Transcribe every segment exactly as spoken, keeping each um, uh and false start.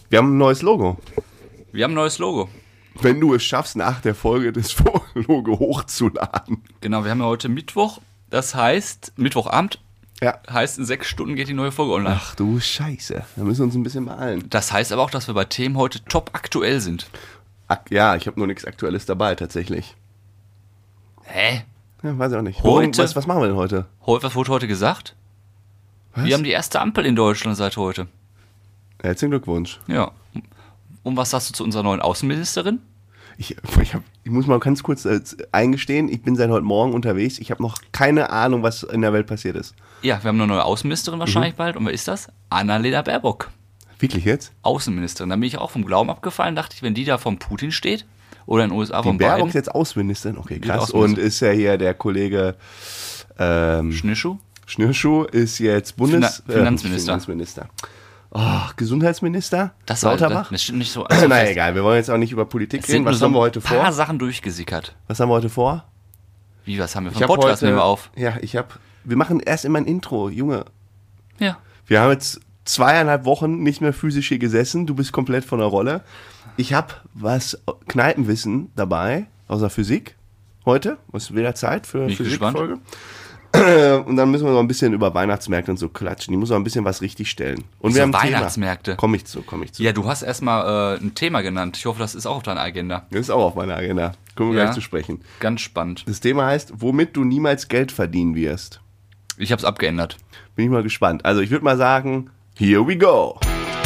Wir haben ein neues Logo. Wir haben ein neues Logo. Wenn du es schaffst, nach der Folge das Logo hochzuladen. Genau, wir haben ja heute Mittwoch. Das heißt, Mittwochabend. Ja. Heißt, in sechs Stunden geht die neue Folge online. Ach du Scheiße. Da müssen wir uns ein bisschen beeilen. Das heißt aber auch, dass wir bei Themen heute top aktuell sind. Ak- ja, ich habe nur nichts Aktuelles dabei, tatsächlich. Hä? Ja, weiß ich auch nicht. Heute? Was, was machen wir denn heute? Heu- Was wurde heute gesagt? Was? Wir haben die erste Ampel in Deutschland seit heute. Herzlichen Glückwunsch. Ja. Und was sagst du zu unserer neuen Außenministerin? Ich, ich, hab, ich muss mal ganz kurz äh, eingestehen, ich bin seit heute Morgen unterwegs. Ich habe noch keine Ahnung, was in der Welt passiert ist. Ja, wir haben eine neue Außenministerin wahrscheinlich Mhm. bald. Und wer ist das? Annalena Baerbock. Wirklich jetzt? Außenministerin. Da bin ich auch vom Glauben abgefallen. Dachte ich, wenn die da vom Putin steht oder in den U S A Die vom Baerbock Biden. ist jetzt Außenministerin? Okay, Die krass. Außenministerin. Und ist ja hier der Kollege ähm, Schnürschuh? Schnürschuh ist jetzt Bundes... Finan- Finanzminister. Äh, Finanzminister. Oh, Gesundheitsminister? Das, war, Lauterbach? das stimmt nicht so. Also Na fest. egal, wir wollen jetzt auch nicht über Politik Es reden. sind nur Was so haben wir heute ein paar vor? Sachen durchgesickert. Was haben wir heute vor? Wie, was haben wir Ich vom hab Podcast? heute, Nehmen wir auf. Ja, ich habe... Wir machen erst immer ein Intro, Junge. Ja. Wir haben jetzt zweieinhalb Wochen nicht mehr physisch hier gesessen. Du bist komplett von der Rolle. Ich habe was Kneipenwissen dabei, außer Physik, heute. Ist wieder Zeit für Bin ich Physikfolge. Und dann müssen wir noch ein bisschen über Weihnachtsmärkte und so klatschen. Die muss noch ein bisschen was richtig stellen. Und So wir haben ein Weihnachtsmärkte. Thema. Komm ich zu, komm ich zu. Ja, du hast erstmal äh, ein Thema genannt. Ich hoffe, das ist auch auf deiner Agenda. Das ist auch auf meiner Agenda. Kommen wir Ja. gleich zu sprechen. Ganz spannend. Das Thema heißt, womit du niemals Geld verdienen wirst. Ich habe es abgeändert. Bin ich mal gespannt. Also ich würde mal sagen, here we go.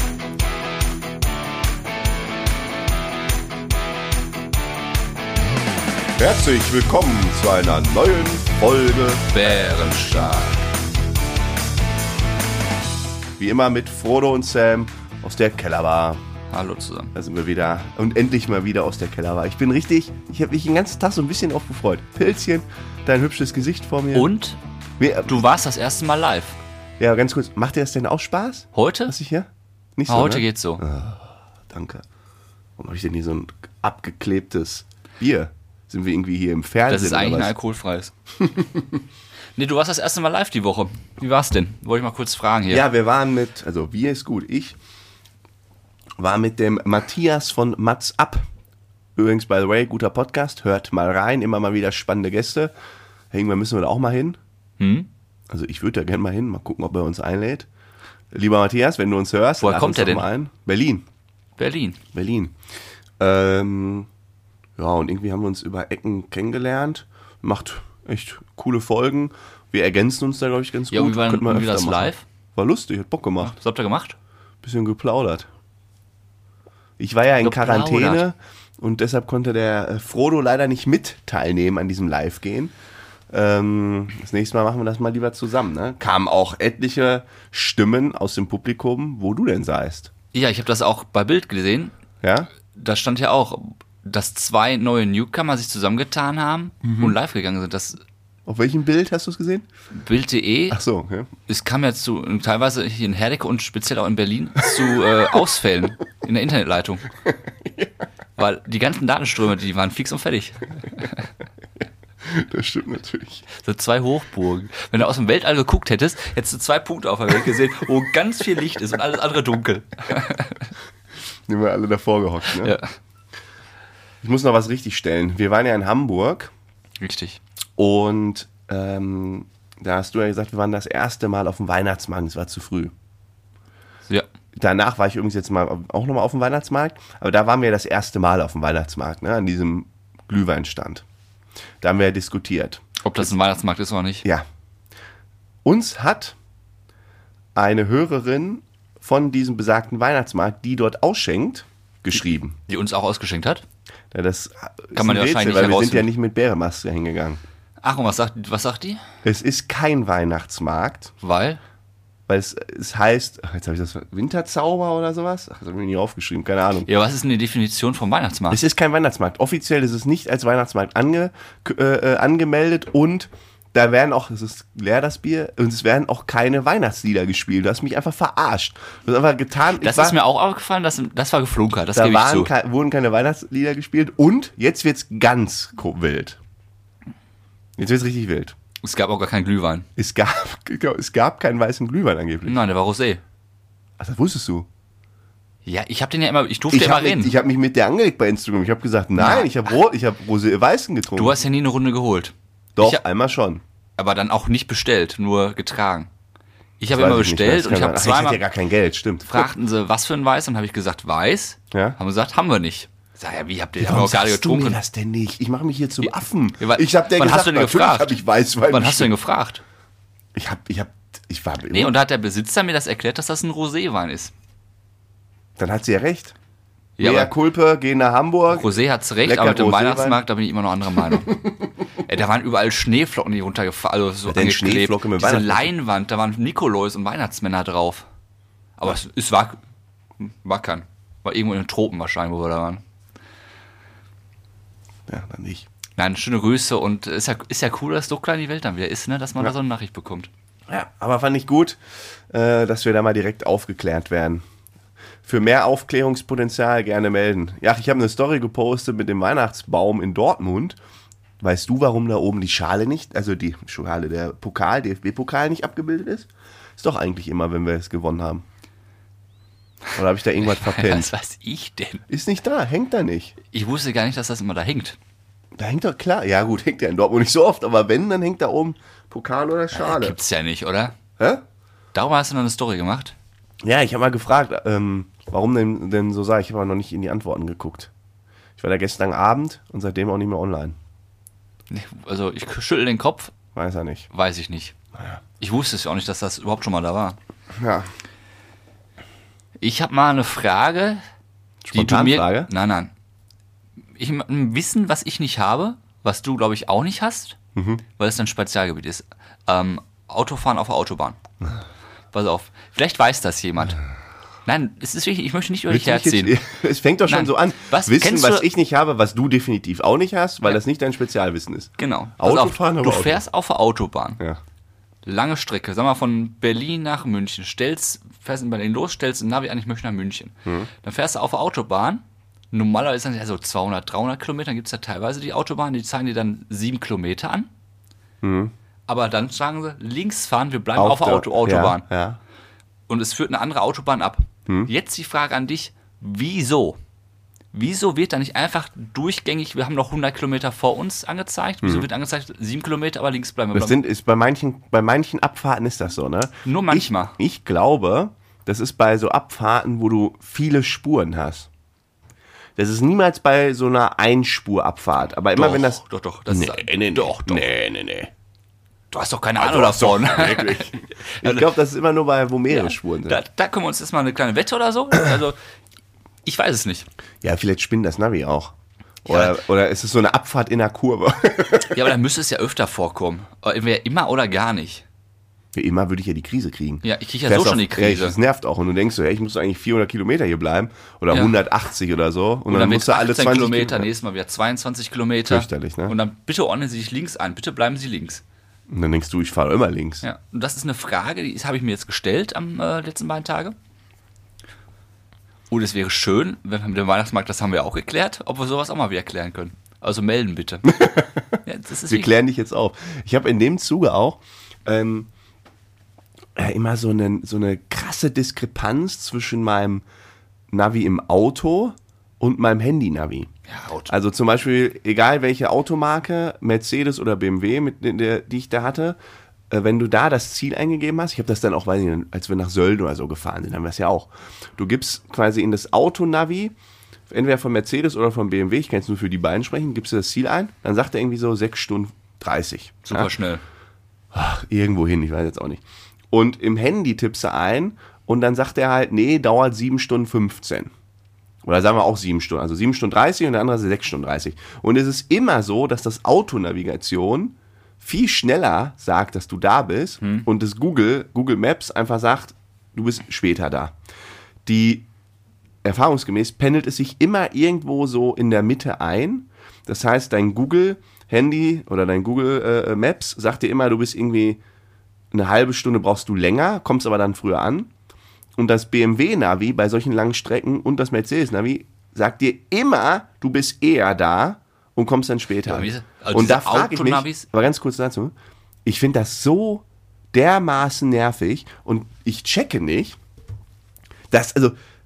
Herzlich willkommen zu einer neuen Folge. Bärenstark. Wie immer mit Frodo und Sam aus der Kellerbar. Hallo zusammen. Da sind wir wieder. Und endlich mal wieder aus der Kellerbar. Ich bin richtig, ich habe mich den ganzen Tag so ein bisschen aufgefreut. Pilzchen, dein hübsches Gesicht vor mir. Und Wir, du warst das erste Mal live. ja, ganz kurz, macht dir das denn auch Spaß? Heute? Was ich hier? Nicht Ah, so, heute ne? geht's so. Danke. Warum habe ich denn hier so ein abgeklebtes Bier? Sind wir irgendwie hier im Fernsehen? Das ist eigentlich ein oder was? alkoholfreies. Nee, du warst das erste Mal live die Woche. Wie war's denn? Wollte ich mal kurz fragen hier. Ja, wir waren mit, also wir ist gut, ich war mit dem Matthias von Mats Up. Übrigens, by the way, guter Podcast, hört mal rein, immer mal wieder spannende Gäste. Irgendwann müssen wir da auch mal hin. Hm? Also ich würde da gerne mal hin, mal gucken, ob er uns einlädt. Lieber Matthias, wenn du uns hörst, Woher lad kommt uns er doch denn? mal ein. Berlin. Berlin. Berlin. Ähm, ja, und irgendwie haben wir uns über Ecken kennengelernt. Macht echt coole Folgen. Wir ergänzen uns da, glaube ich, ganz Ja, gut. wie war, Könnten wir wie war öfter das machen. live? War lustig, hat Bock gemacht. Was habt ihr gemacht? Bisschen geplaudert. Ich war ja in Geplaudert. Quarantäne und deshalb konnte der äh, Frodo leider nicht mit teilnehmen an diesem Live-Gehen. Ähm, das nächste Mal machen wir das mal lieber zusammen. Ne? Kamen auch etliche Stimmen aus dem Publikum, wo du denn seist. Ja, ich habe das auch bei Bild gesehen. Ja? Da stand ja auch, dass zwei neue Newcomer sich zusammengetan haben Mhm. und live gegangen sind. Das Auf welchem Bild hast du es gesehen? Bild punkt de, Ach so, ja. es kam ja zu, teilweise hier in Herdecke und speziell auch in Berlin, zu äh, Ausfällen in der Internetleitung. Weil die ganzen Datenströme, die waren fix und fertig. Das stimmt natürlich. So zwei Hochburgen. Wenn du aus dem Weltall geguckt hättest, hättest du zwei Punkte auf der Welt gesehen, wo ganz viel Licht ist und alles andere dunkel. Nehmen wir alle davor gehockt. Ne? Ja, Ich muss noch was richtig stellen. Wir waren ja in Hamburg richtig. und ähm, da hast du ja gesagt, wir waren das erste Mal auf dem Weihnachtsmarkt. Es war zu früh. Ja. Danach war ich übrigens jetzt mal auch nochmal auf dem Weihnachtsmarkt, aber da waren wir das erste Mal auf dem Weihnachtsmarkt, ne, an diesem Glühweinstand. Da haben wir ja diskutiert. Ob das ein Weihnachtsmarkt ist oder nicht. Ja. Uns hat eine Hörerin von diesem besagten Weihnachtsmarkt, die dort ausschenkt, geschrieben. Die uns auch ausgeschenkt hat. Ja, das Kann man ist ein ja wahrscheinlich Rätsel, nicht weil wir sind ja herausfinden. nicht mit Bäremaske hingegangen. Ach, und was sagt, was sagt die? Es ist kein Weihnachtsmarkt, Weil? weil es, es heißt, ach, jetzt habe ich das, Winterzauber oder sowas? Ach, das habe ich mir nicht aufgeschrieben, keine Ahnung. Ja, was ist denn die Definition vom Weihnachtsmarkt? Es ist kein Weihnachtsmarkt. Offiziell ist es nicht als Weihnachtsmarkt ange, äh, angemeldet und da werden auch, es ist leer das Bier, und es werden auch keine Weihnachtslieder gespielt. Du hast mich einfach verarscht. Du hast einfach getan. Das ich war, ist mir auch aufgefallen, das, das war geflunkert, das da gebe ich waren zu. ke- wurden keine Weihnachtslieder gespielt und jetzt wird's ganz ko- wild. Jetzt wird's richtig wild. Es gab auch gar keinen Glühwein. Es gab, es gab keinen weißen Glühwein angeblich. Nein, der war Rosé. Ach, das wusstest du. Ja, ich habe den ja immer, ich durfte Ich immer habe reden. mich, hab mich mit der angelegt bei Instagram. Ich habe gesagt, nein, Nein. ich habe Rot, ich habe Rosé Weißen getrunken. Du hast ja nie eine Runde geholt. Doch, ich hab- einmal schon. Aber dann auch nicht bestellt, nur getragen. Ich habe Weiß immer ich nicht mehr. bestellt Das und ich kann habe sein. Ach, ich hatte zweimal, ja gar kein Geld, stimmt. fragten sie, was für ein Weiß, und habe ich gesagt, Weiß. Ja? Haben gesagt, haben wir nicht. Ich sag, ja, wie habt ihr Warum auch gerade sagst du mir getrunken? das denn nicht? Ich mache mich hier zum Affen. Ja, weil- ich habe dir wann gesagt, hast du denn natürlich gefragt? habe ich Weißwein. Wann hast du denn gefragt? Ich habe, ich habe, ich war. Nee, und da hat der Besitzer mir das erklärt, dass das ein Roséwein ist. Dann hat sie ja recht. Ja, Mea aber Culpa, gehen nach Hamburg. Rosé hat's recht, Lecker aber mit dem Roséwein. Weihnachtsmarkt, da bin ich immer noch anderer Meinung. Ey, da waren überall Schneeflocken, die runtergefallen, also so denn angeklebt. Schneeflocke mit Diese Weihnachtsmarkt? Leinwand, da waren Nikolaus und Weihnachtsmänner drauf. Aber es, es war, war kein. War irgendwo in den Tropen wahrscheinlich, wo wir da waren. Ja, dann nicht. Nein, schöne Grüße, und ist ja, ist ja cool, dass so klein die Welt dann wieder ist, ne, dass man da so eine Nachricht bekommt. Ja, aber fand ich gut, äh, dass wir da mal direkt aufgeklärt werden. Für mehr Aufklärungspotenzial gerne melden. Ja, ich habe eine Story gepostet mit dem Weihnachtsbaum in Dortmund. Weißt du, warum da oben die Schale nicht, also die Schale, der Pokal, D F B-Pokal nicht abgebildet ist? Ist doch eigentlich immer, wenn wir es gewonnen haben. Oder habe ich da irgendwas verpennt? Was weiß ich denn? Ist nicht da, hängt da nicht. Ich wusste gar nicht, dass das immer da hängt. Da hängt doch, klar, ja gut, hängt ja in Dortmund nicht so oft, aber wenn, dann hängt da oben Pokal oder Schale. Gibt's ja nicht, oder? Hä? Darüber hast du noch eine Story gemacht? Ja, ich habe mal gefragt, ähm, warum denn, denn so sei. Ich habe aber noch nicht in die Antworten geguckt. Ich war da gestern Abend und seitdem auch nicht mehr online. Nee, also ich schüttel den Kopf, Weiß er nicht. weiß ich nicht. Ich wusste es ja auch nicht, dass das überhaupt schon mal da war. Ja. Ich habe mal eine Frage, die du mir... Spontanfrage? Nein, nein. Ich, ein Wissen, was ich nicht habe, was du, glaube ich, auch nicht hast, Mhm. weil es ein Spezialgebiet ist. Ähm, Autofahren auf der Autobahn. Pass auf, vielleicht weiß das jemand. Nein, es ist wichtig, ich möchte nicht über dich Willst du mich herziehen. jetzt- Es fängt doch schon Nein. so an. Was, Wissen, kennst was du- ich nicht habe, was du definitiv auch nicht hast, weil Ja. das nicht dein Spezialwissen ist. Genau. Pass Autofahren, auf, aber du Auto. fährst auf der Autobahn. Ja. Lange Strecke, sag mal von Berlin nach München, stellst, fährst in Berlin los, stellst ein Navi an, ich möchte nach München. Mhm. Dann fährst du auf der Autobahn, normalerweise sind es ja so zweihundert, dreihundert Kilometer, gibt es ja teilweise die Autobahn, die zeigen dir dann sieben Kilometer an. Mhm. Aber dann sagen sie, links fahren, wir bleiben auf, der Auto, Autobahn. Ja, ja. Und es führt eine andere Autobahn ab. Hm. Jetzt die Frage an dich, wieso? Wieso wird da nicht einfach durchgängig, wir haben noch hundert Kilometer vor uns angezeigt, wieso wird angezeigt, sieben Kilometer, aber links bleiben wir. Das bleiben. sind, ist bei manchen, bei manchen Abfahrten ist das so, ne? Nur manchmal. Ich, ich glaube, das ist bei so Abfahrten, wo du viele Spuren hast. Das ist niemals bei so einer Einspurabfahrt. Aber immer Doch, wenn das. doch, doch, das nee, ist- nee, nee, doch, doch. Nee, nee, nee. Du hast doch keine Also Ahnung hast doch- davon. Wirklich. Ich glaube, das ist immer nur bei, wo mehrere Spuren sind. Da, da können wir uns jetzt mal eine kleine Wette oder so. Also, ich weiß es nicht. Ja, vielleicht spinnt das Navi auch. Oder, oder ist es so eine Abfahrt in der Kurve? Ja, aber dann müsste es ja öfter vorkommen. Entweder immer oder gar nicht. Wie immer würde ich ja die Krise kriegen. Ja, ich kriege ja Fährst so schon auf- die Krise. Ja, das nervt auch. Und du denkst so, hey, ich muss eigentlich vierhundert Kilometer hier bleiben. Oder Ja. hundertachtzig oder so. Und, Und dann, dann musst wird du alle achtzehn zwanzig Kilometer, nächstes Mal wieder zweiundzwanzig Kilometer. Fürchterlich, ne? Und dann bitte ordnen Sie sich links ein. Bitte bleiben Sie links. Und dann denkst du, ich fahre immer links. Ja, und das ist eine Frage, die habe ich mir jetzt gestellt am äh, letzten beiden Tage. Und es wäre schön, wenn wir mit dem Weihnachtsmarkt, das haben wir auch geklärt, ob wir sowas auch mal wieder klären können. Also melden bitte. Ja, das ist Wir wichtig. klären dich jetzt auf. Ich habe in dem Zuge auch ähm, ja, immer so eine, so eine krasse Diskrepanz zwischen meinem Navi im Auto und meinem Handy-Navi. Ja, Auto. Also zum Beispiel, egal welche Automarke, Mercedes oder B M W, mit der, die ich da hatte, äh, wenn du da das Ziel eingegeben hast, ich habe das dann auch, weiß ich nicht, als wir nach Sölden oder so gefahren sind, haben wir es ja auch. Du gibst quasi in das Auto-Navi, entweder von Mercedes oder von B M W, ich kann jetzt nur für die beiden sprechen, gibst du das Ziel ein, dann sagt er irgendwie so sechs Stunden dreißig. Super Ja? schnell. Ach, irgendwo hin, ich weiß jetzt auch nicht. Und im Handy tippst du ein und dann sagt er halt, nee, dauert sieben Stunden fünfzehn. Oder sagen wir auch sieben Stunden, also sieben Stunden dreißig und der andere sechs Stunden dreißig. Und es ist immer so, dass das Autonavigation viel schneller sagt, dass du da bist Hm. und das Google, Google Maps einfach sagt, du bist später da. Die erfahrungsgemäß pendelt es sich immer irgendwo so in der Mitte ein. Das heißt, dein Google Handy oder dein Google äh, Maps sagt dir immer, du bist irgendwie eine halbe Stunde brauchst du länger, kommst aber dann früher an. Und das B M W-Navi bei solchen langen Strecken und das Mercedes-Navi sagt dir immer, du bist eher da und kommst dann später. Ja, wie ist- also und da diese frage ich mich, Autonavis- aber ganz kurz dazu, ich finde das so dermaßen nervig und ich checke nicht, dass, also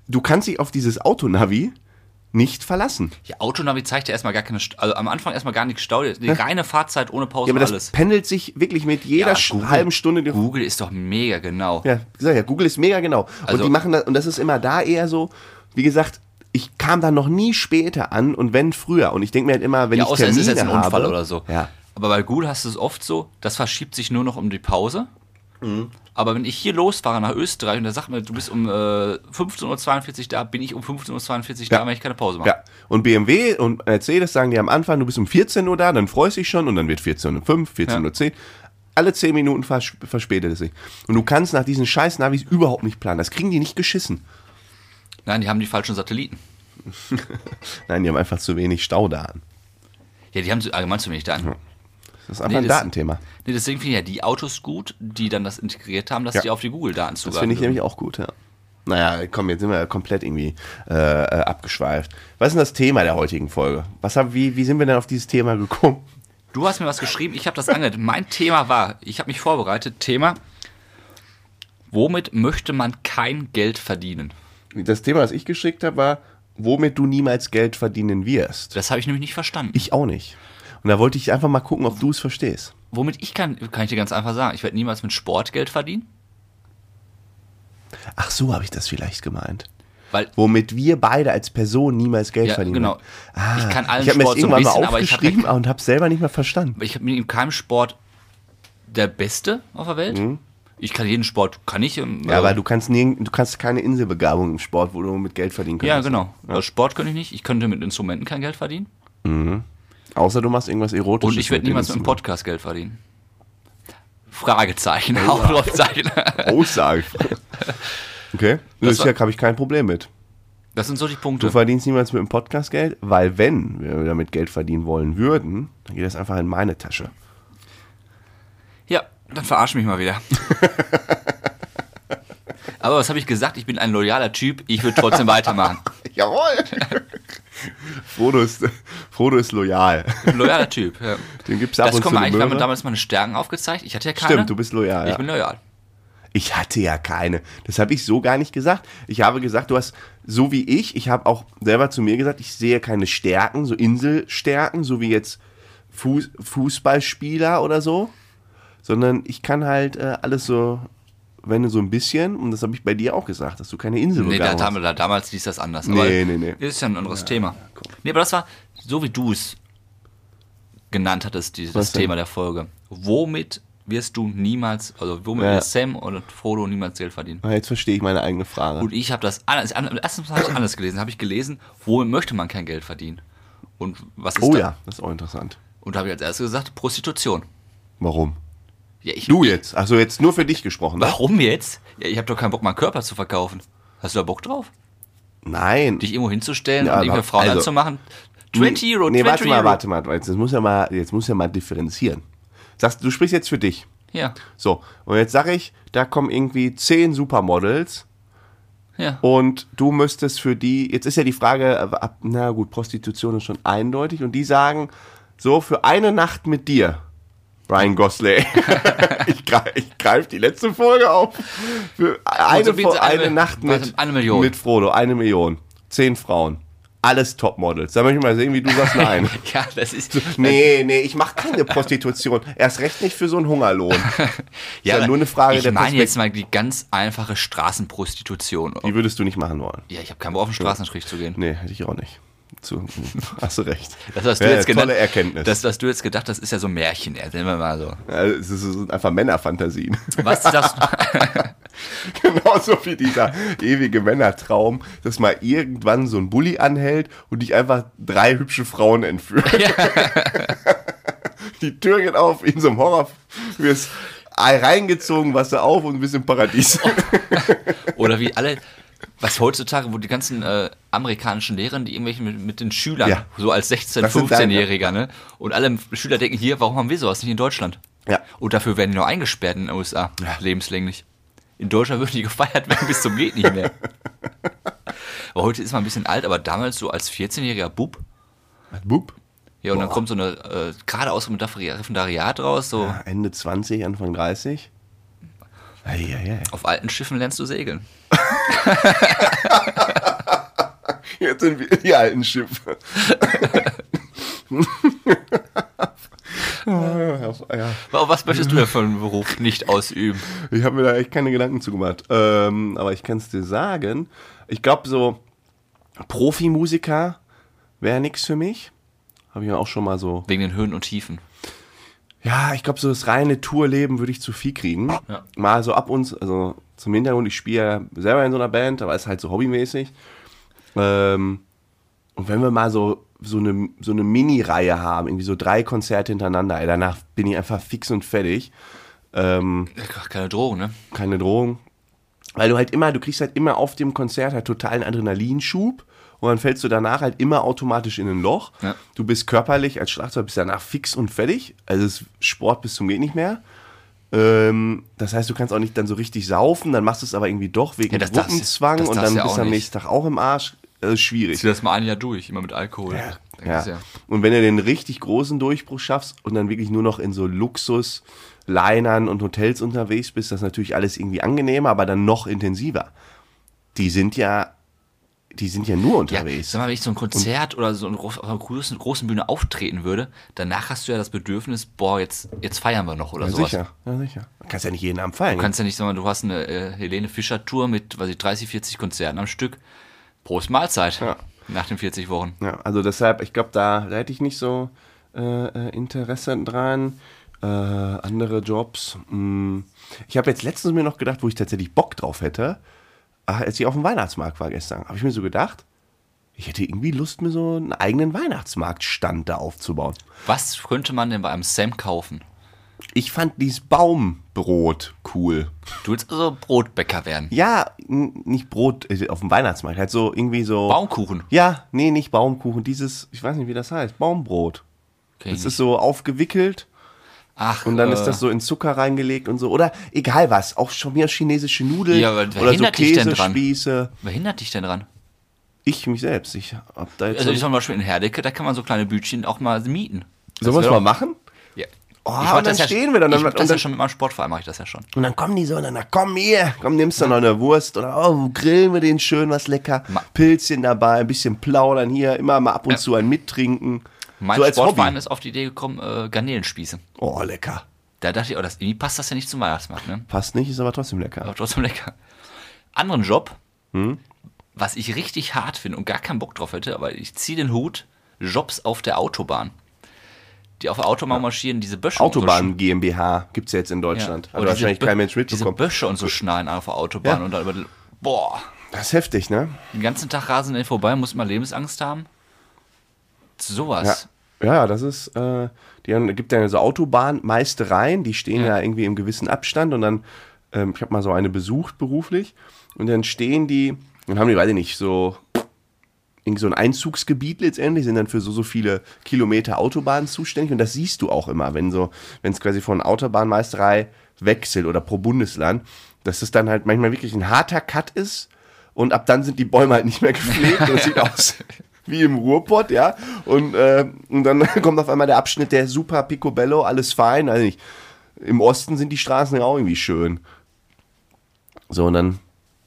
du kannst dich auf dieses Autonavi nicht verlassen. Ja, Autonavi zeigt ja erstmal gar keine, St- also am Anfang erstmal gar nichts Stau, die reine Fahrzeit ohne Pause Ja, aber und das alles. pendelt sich wirklich mit jeder Ja, sch- Google- halben Stunde. Die Google ist doch mega genau. Ja, ich sag ja, Google ist mega genau. Also- und die machen das, und das ist immer da eher so, wie gesagt, ich kam da noch nie später an und wenn früher. Und ich denke mir halt immer, wenn Ja, ich außer es Termine ist jetzt ein habe, Unfall oder so. Ja. Aber bei Google hast du es oft so, das verschiebt sich nur noch um die Pause. Mhm. Aber wenn ich hier losfahre nach Österreich und der sagt mir, du bist um äh, fünfzehn Uhr zweiundvierzig da, bin ich um fünfzehn Uhr zweiundvierzig Ja. da, wenn ich keine Pause mache. Ja, und B M W und Mercedes sagen dir am Anfang, du bist um vierzehn Uhr da, dann freust du dich schon und dann wird vierzehn Uhr fünf, vierzehn Uhr zehn. Alle zehn Minuten vers verspätet es sich. Und du kannst nach diesen scheiß Navis überhaupt nicht planen. Das kriegen die nicht geschissen. Nein, die haben die falschen Satelliten. Nein, die haben einfach zu wenig Staudaten. Ja, die haben zu- allgemein zu wenig Daten. Das ist einfach Nee, ein das- Datenthema. Nee, deswegen finde ich ja die Autos gut, die dann das integriert haben, dass Ja. die auf die Google-Daten Das zugreifen. finde ich dürfen. nämlich auch gut, ja. Naja, komm, jetzt sind wir komplett irgendwie äh, äh, abgeschweift. Was ist denn das Thema der heutigen Folge? Was haben, wie, wie sind wir denn auf dieses Thema gekommen? Du hast mir was geschrieben, ich habe das angehört. Mein Thema war, ich habe mich vorbereitet, Thema, womit möchte man kein Geld verdienen? Das Thema, das ich geschickt habe, war, womit du niemals Geld verdienen wirst. Das habe ich nämlich nicht verstanden. Ich auch nicht. Und da wollte ich einfach mal gucken, ob du es verstehst. Womit ich kann, kann ich dir ganz einfach sagen, ich werde niemals mit Sport Geld verdienen, Ach so, habe ich das vielleicht gemeint. weil Womit wir beide als Person niemals Geld Ja, verdienen. genau. Ah, Ich kann allen ich habe mir das Sport so ein irgendwann bisschen, mal aber ich hab aufgeschrieben ja- und habe es selber nicht mehr verstanden. ich bin in keinem Sport der Beste auf der Welt. Ich kann jeden Sport, kann ich. ähm, Mhm. Ja, äh, aber du kannst, nie, du kannst keine Inselbegabung im Sport, wo du mit Geld verdienen kannst. Ja, genau. Also Sport könnte ich nicht. Ich könnte mit Instrumenten kein Geld verdienen. Außer du machst irgendwas Erotisches. Und ich werde mit niemals den mit dem Podcast Geld verdienen. Fragezeichen, Ausrufezeichen. Aussage. Okay, das, Das ist ja, habe ich kein Problem mit. Das sind so die Du Punkte. verdienst niemals mit dem Podcast Geld, weil wenn wir damit Geld verdienen wollen würden, dann geht das einfach in meine Tasche. Ja, dann verarsch mich mal wieder. Aber was habe ich gesagt? Ich bin ein loyaler Typ. Ich würde trotzdem weitermachen. Jawohl! Frodo, ist, Frodo ist loyal. Ein loyaler Typ. Ja. Dem gibt's ab Das und kommt zu mir eine eigentlich, wir haben Möhre. damals meine Stärken aufgezeigt. Ich hatte ja keine. Stimmt, du bist loyal. Ich Ja. bin loyal. Ich hatte ja keine. Das habe ich so gar nicht gesagt. Ich habe gesagt, du hast, so wie ich, ich habe auch selber zu mir gesagt, ich sehe keine Stärken, so Inselstärken, so wie jetzt Fuß, Fußballspieler oder so, sondern ich kann halt äh, alles so, wenn du so ein bisschen, und das habe ich bei dir auch gesagt, dass du keine Nee, Inselbegabung da, hast. da, da, damals hieß das anders. Nee, aber nee, nee. Ist ja ein anderes Thema. Nee, aber das war, so wie du es genannt hattest, dieses Was denn? Thema der Folge. Womit wirst du niemals, also womit Ja. wird Sam und Frodo niemals Geld verdienen? Ah, jetzt verstehe ich meine eigene Frage. Und ich habe das anders, erstens habe ich anders gelesen, habe ich gelesen, womit möchte man kein Geld verdienen? Und was ist Oh da? ja, das ist auch interessant. Und da habe ich als erstes gesagt, Prostitution. Warum? Ja, ich, Du jetzt, also jetzt nur für dich gesprochen, ne? Warum jetzt? Ja, ich habe doch keinen Bock, meinen Körper zu verkaufen. Hast du da Bock drauf? Nein. Dich irgendwo hinzustellen Ja, und aber- irgendwelche Frauen also- anzumachen? zwanzig Euro, Nee, zwanzig warte mal, Euro. warte mal. Jetzt muss ja mal, jetzt muss ja mal differenzieren. Sagst, du sprichst jetzt für dich. Ja, So, und jetzt sag ich, da kommen irgendwie zehn Supermodels ja. und du müsstest für die, jetzt ist ja die Frage, äh, ab- na gut, Prostitution ist schon eindeutig und die sagen, so für eine Nacht mit dir, Ryan Gosling, ich greife ich greif die letzte Folge auf, für eine, so bieten Fo- sie eine- eine Nacht warte, mit, eine Million. mit Frodo, eine Million, zehn Frauen, alles Topmodels. Da möchte ich mal sehen, wie du sagst, nein. Ja, das ist. Nee, nee, ich mache keine Prostitution. Erst recht nicht für so einen Hungerlohn. ja aber nur eine Frage ich der meine Perspektive. jetzt mal die ganz einfache Straßenprostitution. Die würdest du nicht machen wollen. Ja, ich habe keinen Bock auf den Straßenstrich zu gehen. Nee, hätte ich auch nicht. Zu, hast du recht. Das, was du Ja, jetzt gedacht, tolle Erkenntnis. Das, was du jetzt gedacht hast, ist ja so ein Märchen. Erzählen wir mal so. Ja, es sind einfach Männerfantasien. Was sagst du? Genauso wie dieser ewige Männertraum, dass mal irgendwann so ein Bulli anhält und dich einfach drei hübsche Frauen entführt. Die Tür geht auf, wie in so einem Horror, du wirst reingezogen, Wasser auf und bist im Paradies. Oder wie alle, was heutzutage, wo die ganzen äh, amerikanischen Lehrer, die irgendwelche mit, mit den Schülern, Ja. so als sechzehn-, Das sind fünfzehnjähriger, ne? Und alle Schüler denken hier, warum haben wir sowas nicht in Deutschland? Ja. Und dafür werden die noch eingesperrt in den U S A, lebenslänglich. In Deutschland würden die gefeiert werden bis zum geht nicht mehr. Aber heute ist man ein bisschen alt, aber damals so als vierzehnjähriger Bub. Bub. Ja, und dann Boah. kommt so eine, äh, gerade aus dem Referendariat raus, so Ja, Ende zwanzig, Anfang dreißig. Eieiei. auf alten Schiffen lernst du segeln. Jetzt sind wir die alten Schiffe. ja, ja. Was möchtest du denn für einen Beruf nicht ausüben? Ich habe mir da echt keine Gedanken zu gemacht. Ähm, aber ich kann es dir sagen, ich glaube so Profimusiker wäre nichts für mich. Habe ich mir auch schon mal so... Wegen den Höhen und Tiefen. Ja, ich glaube so das reine Tourleben würde ich zu viel kriegen. Ja. Mal so ab uns, also zum Hintergrund, ich spiele ja selber in so einer Band, aber ist halt so hobbymäßig. Ähm, und wenn wir mal so, so eine, so eine Mini-Reihe haben, irgendwie so drei Konzerte hintereinander, ey, danach bin ich einfach fix und fertig. Ähm, Keine Drohung, ne? keine Drohung. Weil du halt immer, du kriegst halt immer auf dem Konzert halt totalen Adrenalinschub und dann fällst du danach halt immer automatisch in ein Loch. Ja. Du bist körperlich als Schlagzeuger bist danach fix und fertig. Also es ist Sport bis zum geht nicht mehr. Ähm, das heißt, du kannst auch nicht dann so richtig saufen, dann machst du es aber irgendwie doch wegen ja, das Gruppenzwang das und dann ja bist du am nicht. nächsten Tag auch im Arsch. Das ist schwierig. Zieh das mal ein Jahr durch, immer mit Alkohol. Ja, ja. ja. Und wenn du den richtig großen Durchbruch schaffst und dann wirklich nur noch in so Luxus-Linern und Hotels unterwegs bist, das ist natürlich alles irgendwie angenehmer, aber dann noch intensiver. Die sind ja, die sind ja nur unterwegs. Ja, sag mal, wenn ich so ein Konzert und oder so auf einer großen, großen Bühne auftreten würde, danach hast du ja das Bedürfnis, boah, jetzt, jetzt feiern wir noch oder ja, sowas. Sicher, ja, sicher. Du kannst ja nicht jeden Abend feiern. Du kannst ja nicht sagen, du hast eine äh, Helene Fischer-Tour mit, weiß ich, dreißig, vierzig Konzerten am Stück. Prost Mahlzeit. Ja. Nach den vierzig Wochen. Ja, also deshalb, ich glaube, da, da hätte ich nicht so äh, Interesse dran. Äh, andere Jobs. Mh. Ich habe jetzt letztens mir noch gedacht, wo ich tatsächlich Bock drauf hätte, als ich auf dem Weihnachtsmarkt war gestern, habe ich mir so gedacht, ich hätte irgendwie Lust, mir so einen eigenen Weihnachtsmarktstand da aufzubauen. Was könnte man denn bei einem Sam kaufen? Ich fand dieses Baumbrot cool. Du willst also Brotbäcker werden? Ja, n- nicht Brot äh, auf dem Weihnachtsmarkt, halt so irgendwie so... Baumkuchen? Ja, nee, nicht Baumkuchen, dieses, ich weiß nicht, wie das heißt, Baumbrot. Okay, das nicht. ist so aufgewickelt Ach, und dann äh, ist das so in Zucker reingelegt und so. Oder egal was, auch schon mehr chinesische Nudeln Ja, aber wer oder so hindert dich denn dran? Käsespieße. Wer hindert dich denn dran? Ich mich selbst, ich hab da jetzt... Also so- zum Beispiel in Herdecke, da kann man so kleine Bütchen auch mal mieten. Das Sollen wir es wär mal doch- machen? Ja. Oh, Ich und mach dann das ja- stehen wir dann. Ich dann mach das und ja dann, schon mit meinem Sportverein, mache ich das ja schon. und dann kommen die so und dann, na komm hier, komm, nimmst du noch eine Wurst oder oh, wo grillen wir den schön, was lecker. Ma- Pilzchen dabei, ein bisschen plaudern hier, immer mal ab und Ja. zu ein mittrinken. Mein so als Sportverein Hobby. ist auf die Idee gekommen, äh, Garnelenspieße. Oh, lecker. Da dachte ich, oh, das, irgendwie passt das ja nicht zum Weihnachtsmarkt, ne? Passt nicht, ist aber trotzdem lecker. Aber trotzdem lecker. Anderen Job, Hm? was ich richtig hart finde und gar keinen Bock drauf hätte, aber ich ziehe den Hut, Jobs auf der Autobahn. Die auf der Autobahn marschieren, diese Bösche und so Autobahn GmbH gibt es ja jetzt in Ja. Deutschland. Hat Oder wahrscheinlich diese kein Mensch Bö- mitbekommen. Diese Bösche und so schneiden auf der Autobahn Ja. und dann über den, boah, Das ist heftig, ne? den ganzen Tag rasen die vorbei, muss man Lebensangst haben. Sowas. Ja, ja, das ist, äh, die haben, gibt ja so Autobahnmeistereien, die stehen ja. Ja. irgendwie im gewissen Abstand und dann, ähm, ich habe mal so eine besucht beruflich und dann stehen die, dann haben die, weiß ich nicht, so irgendwie so ein Einzugsgebiet letztendlich, sind dann für so, so viele Kilometer Autobahn zuständig und das siehst du auch immer, wenn so, wenn es quasi von Autobahnmeisterei wechselt oder pro Bundesland, dass es dann halt manchmal wirklich ein harter Cut ist und ab dann sind die Bäume halt nicht mehr gepflegt und es sieht aus wie im Ruhrpott, ja. Und, äh, und dann kommt auf einmal der Abschnitt, der super picobello, alles fein. Also nicht, im Osten sind die Straßen ja auch irgendwie schön. So, und dann,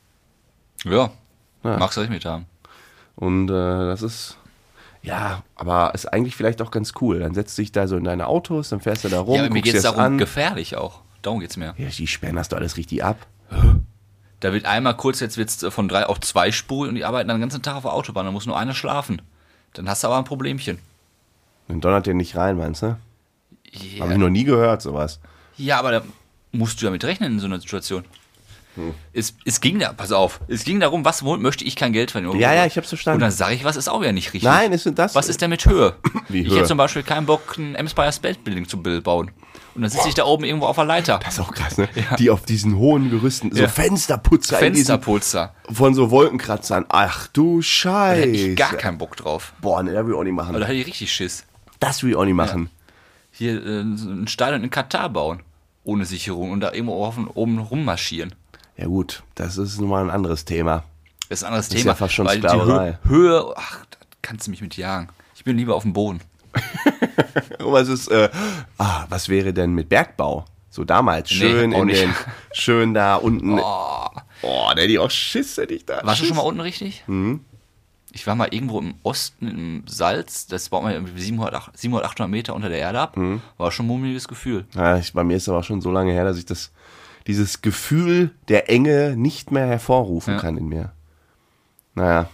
Ja, Ja. magst du nicht mit haben. und äh, das ist, ja, aber ist eigentlich vielleicht auch ganz cool. Dann setzt du dich da so in deine Autos, dann fährst du da rum, Ja, aber mir guckst geht es dir das darum, an. gefährlich auch. Darum geht's mir. Ja, die sperren das doch alles richtig ab. Da wird einmal kurz, jetzt wird's von drei auf zwei Spuren und die arbeiten dann den ganzen Tag auf der Autobahn, da muss nur einer schlafen. Dann hast du aber ein Problemchen. Dann donnert der nicht rein, meinst du? Ja, Habe ich noch nie gehört, sowas. ja, aber da musst du damit rechnen in so einer Situation. Hm. Es, es ging da, pass auf, es ging darum, was wo möchte ich kein Geld verdienen. Ja, ja, ich hab's verstanden. Und dann sage ich, was ist auch ja nicht richtig. Nein, ist denn das? Was ist denn mit Höhe? Wie Ich Höhe? hätte zum Beispiel keinen Bock, ein Empire State Building zu bauen. Und dann sitze ich da oben irgendwo auf der Leiter. Das ist auch krass, ne? Die auf diesen hohen Gerüsten, so Ja. Fensterputzer in diesen- Fensterputzer. von so Wolkenkratzern. Ach du Da Scheiße. hätte ich gar keinen Bock drauf. Boah, ne, das will ich auch nicht Aber machen. da hätte ich richtig Schiss. Das will ich auch nicht machen. Hier äh, so ein Stadion in Katar bauen. Ohne Sicherung und da irgendwo offen, oben rummarschieren. Ja gut, das ist nun mal ein anderes Thema. Das ist ein anderes Das ist Thema. ja fast schon weil die Sklaverei. Hö Höhe, ach, da kannst du mich mit jagen. Ich bin lieber auf dem Boden. Und was ist, äh, ah, was wäre denn mit Bergbau? So damals, Nee, schön auch in nicht. den, schön da unten. Oh, Oh, der hätte ich auch Schiss, hätte ich da. Warst du Schiss. schon mal unten richtig? Mhm. Ich war mal irgendwo im Osten, im Salz, das baut man irgendwie siebenhundert, achthundert Meter unter der Erde ab. Mhm. War schon ein mummeliges Gefühl. Ja, ich, bei mir ist aber auch schon so lange her, dass ich das, dieses Gefühl der Enge nicht mehr hervorrufen Ja. kann in mir. Naja.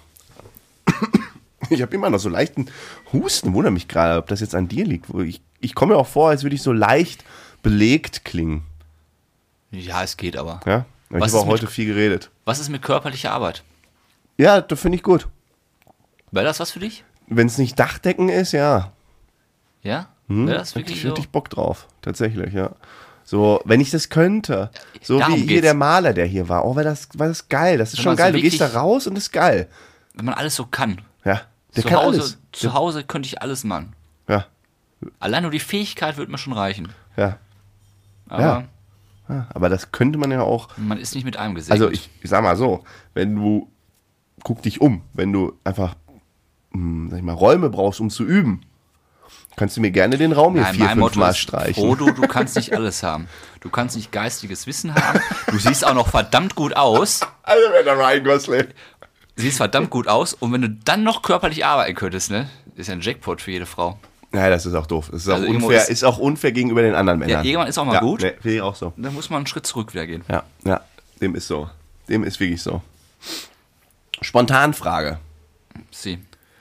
Ich habe immer noch so leichten Husten, wundere mich gerade, ob das jetzt an dir liegt. Wo Ich, ich komme mir auch vor, als würde ich so leicht belegt klingen. Ja, es geht aber. Ja? Ich Was habe auch ist mit- heute viel geredet. Was ist mit körperlicher Arbeit? Ja, das finde ich gut. Wäre das was für dich? Wenn es nicht Dachdecken ist, ja. Ja? Hm? Wäre das Hätte wirklich ich so? richtig Bock drauf. Tatsächlich, ja. So, wenn ich das könnte. So Darum wie hier geht's. der Maler, der hier war. Oh, wäre das, war das geil. Das ist Wenn schon man so geil. Du gehst da wirklich- raus und das ist geil. Wenn man alles so kann. Ja. Der zu kann Hause, alles. Zu Hause könnte ich alles machen. Ja. Allein nur die Fähigkeit würde mir schon reichen. Ja. Aber Ja. Ja. Aber das könnte man ja auch. man ist nicht mit einem gesegnet. Also ich, ich sag mal so, wenn du, guck dich um, wenn du einfach, hm, sag ich mal, Räume brauchst, um zu üben, kannst du mir gerne den Raum hier Nein, vier, mein fünf Motto Mal ist, streichen. Frodo, du kannst nicht alles haben. Du kannst nicht geistiges Wissen haben. Du siehst auch noch verdammt gut aus. Also wenn der Ryan Gosling. Siehst verdammt gut aus. Und wenn du dann noch körperlich arbeiten könntest, ne? Ist ja ein Jackpot für jede Frau. Ja, das ist auch doof. Das ist, Also auch irgendwo unfair, ist- ist, auch unfair gegenüber den anderen Ja, Männern. irgendwann ist auch mal ja, gut. Nee, finde ich auch so. Dann muss man einen Schritt zurück wieder gehen. Ja, ja, dem ist so. Dem ist wirklich so. Spontanfrage. Sie.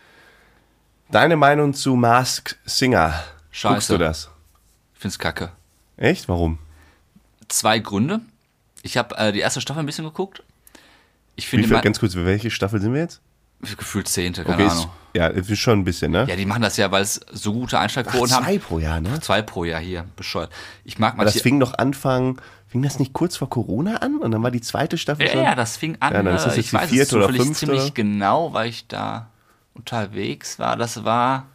Deine Meinung zu Masked Singer? Scheiße. Guckst du das? Ich find's kacke. Echt? Warum? Zwei Gründe. Ich habe äh, die erste Staffel ein bisschen geguckt. Ich Wie finde, viel, man, ganz kurz, welche Staffel sind wir jetzt? gefühlt zehnte, keine Okay, ist, Ahnung. ja, ist schon ein bisschen, ne? Ja, die machen das ja, weil es so gute Einschlagquoten haben. zwei pro Jahr, ne? Zwei pro Jahr hier, bescheuert. Ich mag Aber das manche. fing doch Anfang, fing das nicht kurz vor Corona an? Und dann war die zweite Staffel Ja, schon? ja, das fing an. Ja, dann ist das äh, jetzt ich die weiß vierte es oder zufällig fünfte, ziemlich oder? genau, weil ich da unterwegs war. Das war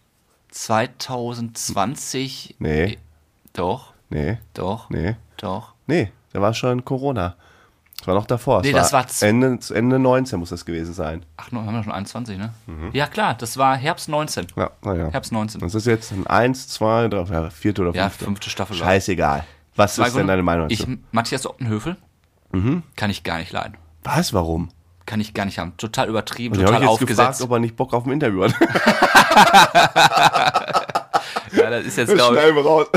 zwanzig zwanzig. Nee. Doch, Nee, doch, nee, doch. nee, da war schon Corona. Das war noch davor. Es Nee, das war z- Ende, Ende neunzehn muss das gewesen sein. Ach, no, haben wir schon einundzwanzig, ne? Ja, klar, das war Herbst neunzehn. Ja, naja. Herbst neunzehn. Das ist jetzt ein eins, zwei, drei, ja, vierte oder Ja, fünfte. fünfte Staffel. Scheißegal. Was Zwei ist denn Gründe. deine Meinung Ich, dazu? Matthias Optenhöfel, kann ich gar nicht leiden. Was, warum? Kann ich gar nicht haben. Total übertrieben, Und ich habe total ich jetzt gefragt, aufgesetzt. ob er nicht Bock auf ein Interview hat. Ja, das ist jetzt, glaube ich. Schneiden wir raus.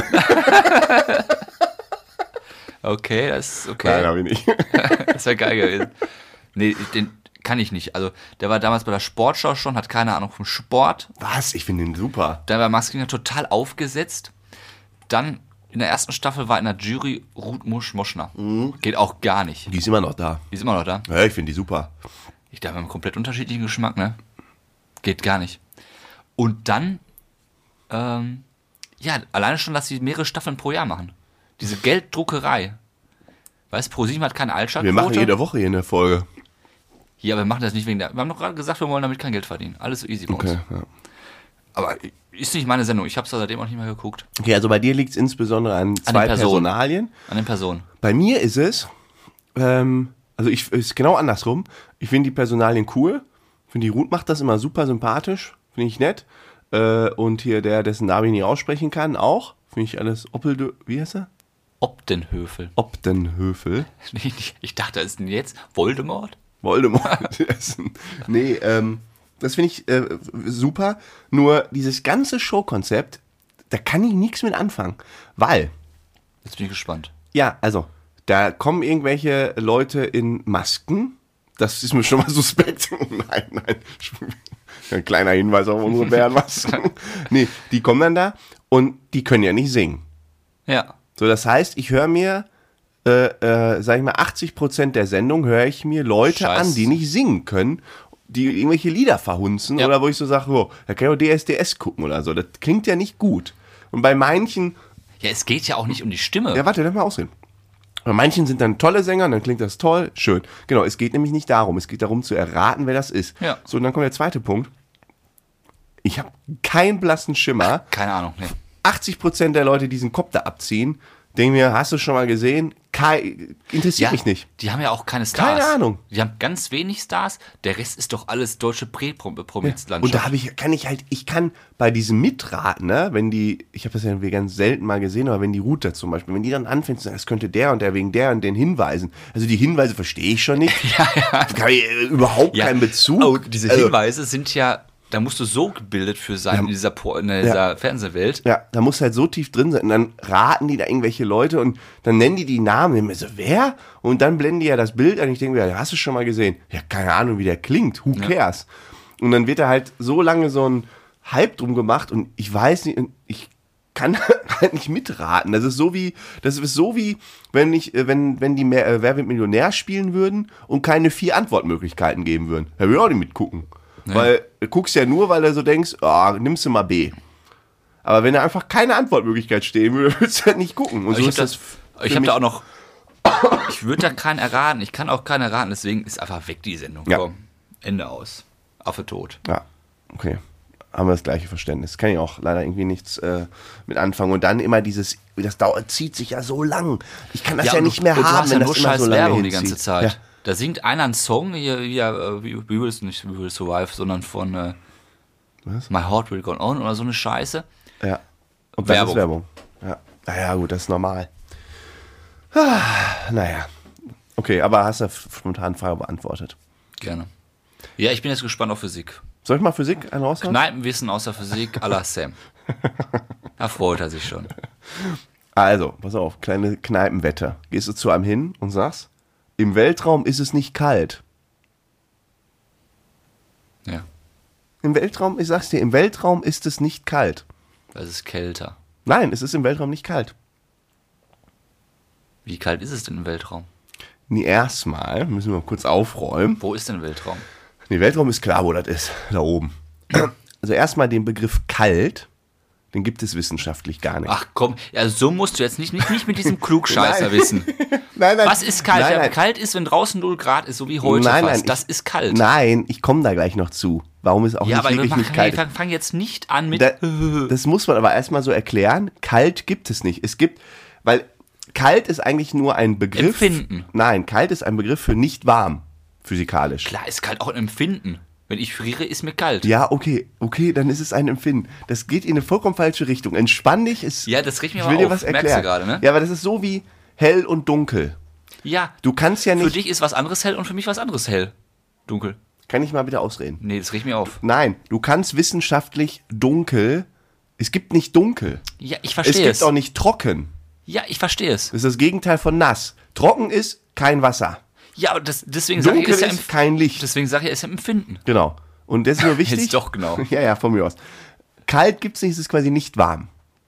Okay, das ist okay. Nein, habe ich nicht. Das wäre geil gewesen. Nee, den kann ich nicht. Also, der war damals bei der Sportschau schon, hat keine Ahnung vom Sport. Was? Ich finde ihn super. Da war Maskinger total aufgesetzt. Dann in der ersten Staffel war in der Jury Ruth Moschner. Geht auch gar nicht. Die ist immer noch da. Die ist immer noch da. Ja, ich finde die super. Ich dachte, wir haben einen komplett unterschiedlichen Geschmack, ne? Geht gar nicht. Und dann, ähm, ja, alleine schon, dass sie mehrere Staffeln pro Jahr machen. Diese Gelddruckerei. Weißt du, ProSieben hat keine Altschaltquote. Wir machen jede Woche hier eine Folge. Ja, aber wir machen das nicht wegen der. Wir haben doch gerade gesagt, wir wollen damit kein Geld verdienen. Alles so easy bei uns. Okay, ja. Aber ist nicht meine Sendung. Ich habe es seitdem auch nicht mehr geguckt. Okay, also bei dir liegt es insbesondere an zwei Personen. Personalien. An den Personen. Bei mir ist es, ähm, also ich ist genau andersrum. Ich finde die Personalien cool. Ich finde, die Ruth macht das immer super sympathisch. Finde ich nett. Äh, und hier der, dessen Namen ich nicht aussprechen kann, auch. Finde ich alles Oppel, wie heißt er? Optenhöfel. Optenhöfel. Ich, ich dachte, das ist denn jetzt Voldemort? Voldemort. Nee, ähm, das finde ich äh, super. Nur dieses ganze Showkonzept, da kann ich nichts mit anfangen. Weil, Jetzt bin ich gespannt. ja, also, da kommen irgendwelche Leute in Masken. Das ist mir schon mal suspekt. Nein, nein. Ein kleiner Hinweis auf unsere Bärenmasken. Nee, die kommen dann da und die können ja nicht singen. Ja. So, das heißt, ich höre mir, äh, äh, sag ich mal, achtzig Prozent der Sendung höre ich mir Leute Scheiß. an, die nicht singen können, die irgendwelche Lieder verhunzen Ja. oder wo ich so sage, oh, da kann ich auch D S D S gucken oder so. Das klingt ja nicht gut. Und bei manchen, Ja, es geht ja auch nicht um die Stimme. ja, warte, lass mal ausreden. Bei manchen sind dann tolle Sänger, dann klingt das toll, schön. Genau, es geht nämlich nicht darum. Es geht darum zu erraten, wer das ist. Ja. So, und dann kommt der zweite Punkt. Ich habe keinen blassen Schimmer. Keine Ahnung. Nee. achtzig Prozent der Leute, die diesen Kopf da abziehen, denken mir, hast du schon mal gesehen? Kei, interessiert Ja, mich nicht. Die haben ja auch keine Stars. Keine Ahnung. Die haben ganz wenig Stars. Der Rest ist doch alles deutsche Prä-Promi-Landschaft. Und da habe ich, kann ich halt, ich kann bei diesem Mitraten, ne, wenn die, ich habe das ja irgendwie ganz selten mal gesehen, aber wenn die Router zum Beispiel, wenn die dann anfängt zu sagen, es könnte der und der wegen der und den Hinweisen, also die Hinweise verstehe ich schon nicht. ja, ja. Da habe ich äh, überhaupt Ja. keinen Bezug. Oh, diese Also, Hinweise sind ja, da musst du so gebildet für sein in dieser, Por- in dieser Fernsehwelt. Ja, da muss halt so tief drin sein. Und dann raten die da irgendwelche Leute und dann nennen die die Namen. Und ich so, wer? Und dann blenden die ja das Bild an. Ich denke mir, ja, hast du schon mal gesehen? Ja, keine Ahnung, wie der klingt. Who cares? Und dann wird da halt so lange so ein Hype drum gemacht und ich weiß nicht, ich kann halt nicht mitraten. Das ist so wie, das ist so wie, wenn ich, wenn, wenn die mehr, äh, Wer wird Millionär spielen würden und keine vier Antwortmöglichkeiten geben würden. Da würde ich auch nicht mitgucken. Ja. Weil du guckst ja nur, weil du so denkst, oh, nimmst du mal B. Aber wenn da einfach keine Antwortmöglichkeit stehen würde, würdest du halt nicht gucken. Und Aber so ich ist habe das. da, ich hab da auch noch, ich würde da keinen erraten. Ich kann auch keinen erraten. Deswegen ist einfach weg die Sendung. Ja. Komm, Ende aus. Affe tot. Ja, okay. Haben wir das gleiche Verständnis. Kann ich auch leider irgendwie nichts äh, mit anfangen. Und dann immer dieses, das dauert, zieht sich ja so lang. Ich kann das ja, und nicht du- mehr und du haben, hast ja wenn nur das immer scheiß so lange Werbung die hinzieht. ganze Zeit. Ja. Da singt einer einen Song, hier, hier äh, wie, wie will es nicht, wie will es survive, sondern von äh, Was? My Heart Will Go On oder so eine Scheiße. Ja. Und Werbung. das ist Werbung. Ja. Naja, gut, das ist normal. Ah, naja. Okay, aber hast du spontan Frage beantwortet. Gerne. Ja, ich bin jetzt gespannt auf Physik. Soll ich mal Physik einen raushauen? Kneipenwissen aus der Physik à la Sam. Da freut er sich schon. Also, pass auf, kleine Kneipenwette. Gehst du zu einem hin und sagst, im Weltraum ist es nicht kalt. Ja, Im Weltraum, ich sag's dir, im Weltraum ist es nicht kalt. es ist kälter. Nein, es ist im Weltraum nicht kalt. Wie kalt ist es denn im Weltraum? Nee, erstmal müssen wir mal kurz aufräumen. Wo ist denn Weltraum? Nee, Weltraum ist klar, wo das ist. Da oben. Also erstmal den Begriff kalt, den gibt es wissenschaftlich gar nicht. Ach komm, ja, so musst du jetzt nicht, nicht, nicht mit diesem Klugscheißer Nein. wissen. Nein, nein. Was ist kalt? Nein, ja, nein. kalt ist, wenn draußen null Grad ist, so wie heute Nein, fast. nein, das ich- ist kalt. Nein, ich komme da gleich noch zu. Warum es auch ja, nicht aber wir wirklich machen, nicht kalt wir ist. fangen jetzt nicht an mit... Da, das muss man aber erstmal so erklären. Kalt gibt es nicht. Es gibt, weil kalt ist eigentlich nur ein Begriff. Empfinden. Nein, kalt ist ein Begriff für nicht warm, physikalisch. Klar, ist kalt auch ein Empfinden. Wenn ich friere, ist mir kalt. Ja, okay, okay, dann ist es ein Empfinden. Das geht in eine vollkommen falsche Richtung. Entspann dich, ist. Ja, das riecht mir ich mal will dir auf. was Merkst erklären. du gerade, ne? Ja, aber das ist so wie hell und dunkel. Ja, Du kannst ja für nicht. dich ist was anderes hell und für mich was anderes hell. Dunkel. Kann ich mal bitte ausreden? Nee, das riecht mir auf. Nein, du kannst wissenschaftlich dunkel. Es gibt nicht dunkel. Ja, ich Es verstehe gibt es. auch nicht trocken. Ja, ich verstehe es. Das ist das Gegenteil von nass. Trocken ist kein Wasser. Ja, aber das, deswegen sage ich, Dunkel es ja ist Empf- kein Licht. deswegen sage ich, es ist ja Empfinden. Genau. Und das ist nur wichtig. Jetzt doch genau. Ja, ja, von mir aus. Kalt gibt es nicht, es ist quasi nicht warm.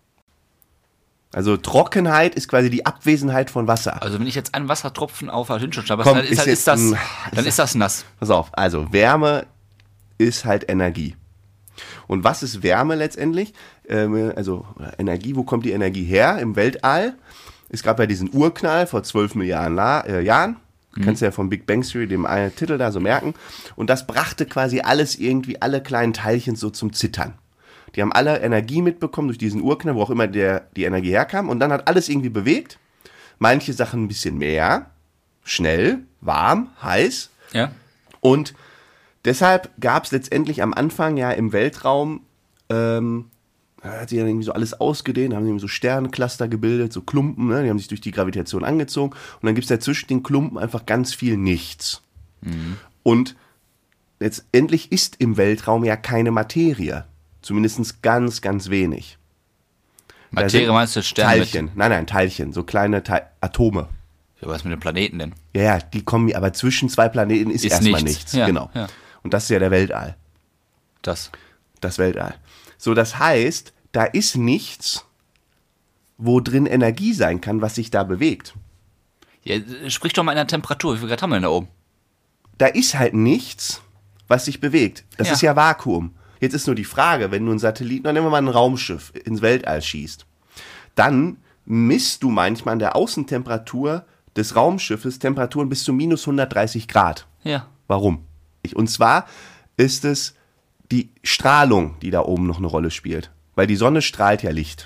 Also Trockenheit ist quasi die Abwesenheit von Wasser. Also wenn ich jetzt einen Wassertropfen auf der Hündchen schnappe, Komm, dann ist, ist halt, jetzt ist, das, ein- dann ist das nass. Pass auf, also Wärme ist halt Energie. Und was ist Wärme letztendlich? Ähm, also Energie, wo kommt die Energie her? Im Weltall. Es gab ja diesen Urknall vor zwölf Milliarden La äh, Jahren. Kannst du ja vom Big Bang Theory, dem einen Titel da so merken. Und das brachte quasi alles irgendwie, alle kleinen Teilchen so zum Zittern. Die haben alle Energie mitbekommen durch diesen Urknall, wo auch immer der, die Energie herkam. Und dann hat alles irgendwie bewegt. Manche Sachen ein bisschen mehr, schnell, warm, heiß. Ja. Und deshalb gab es letztendlich am Anfang ja im Weltraum, ähm, da hat sich dann irgendwie so alles ausgedehnt, haben irgendwie so Sterncluster gebildet, so Klumpen, ne? Die haben sich durch die Gravitation angezogen. Und dann gibt es ja zwischen den Klumpen einfach ganz viel Nichts. Und letztendlich ist im Weltraum ja keine Materie. Zumindest ganz, ganz wenig. Da Materie sind meinst du Sterne? Teilchen. Nein, nein, Teilchen. So kleine Te Atome. Ja, was mit den Planeten denn? Ja, ja, die kommen, aber zwischen zwei Planeten ist, Ist erstmal nichts. nichts. Ja, Genau. ja. Und das ist ja der Weltall. Das. Das Weltall. So, das heißt, da ist nichts, wo drin Energie sein kann, was sich da bewegt. Ja, sprich doch mal in der Temperatur. Wie viel Grad haben wir denn da oben? Da ist halt nichts, was sich bewegt. Das Ja. ist ja Vakuum. Jetzt ist nur die Frage, wenn du einen Satelliten, oder nehmen wir mal ein Raumschiff, ins Weltall schießt, dann misst du manchmal an der Außentemperatur des Raumschiffes Temperaturen bis zu minus hundertdreißig Grad. Ja. Warum? Und zwar ist es die Strahlung, die da oben noch eine Rolle spielt. Weil die Sonne strahlt ja Licht.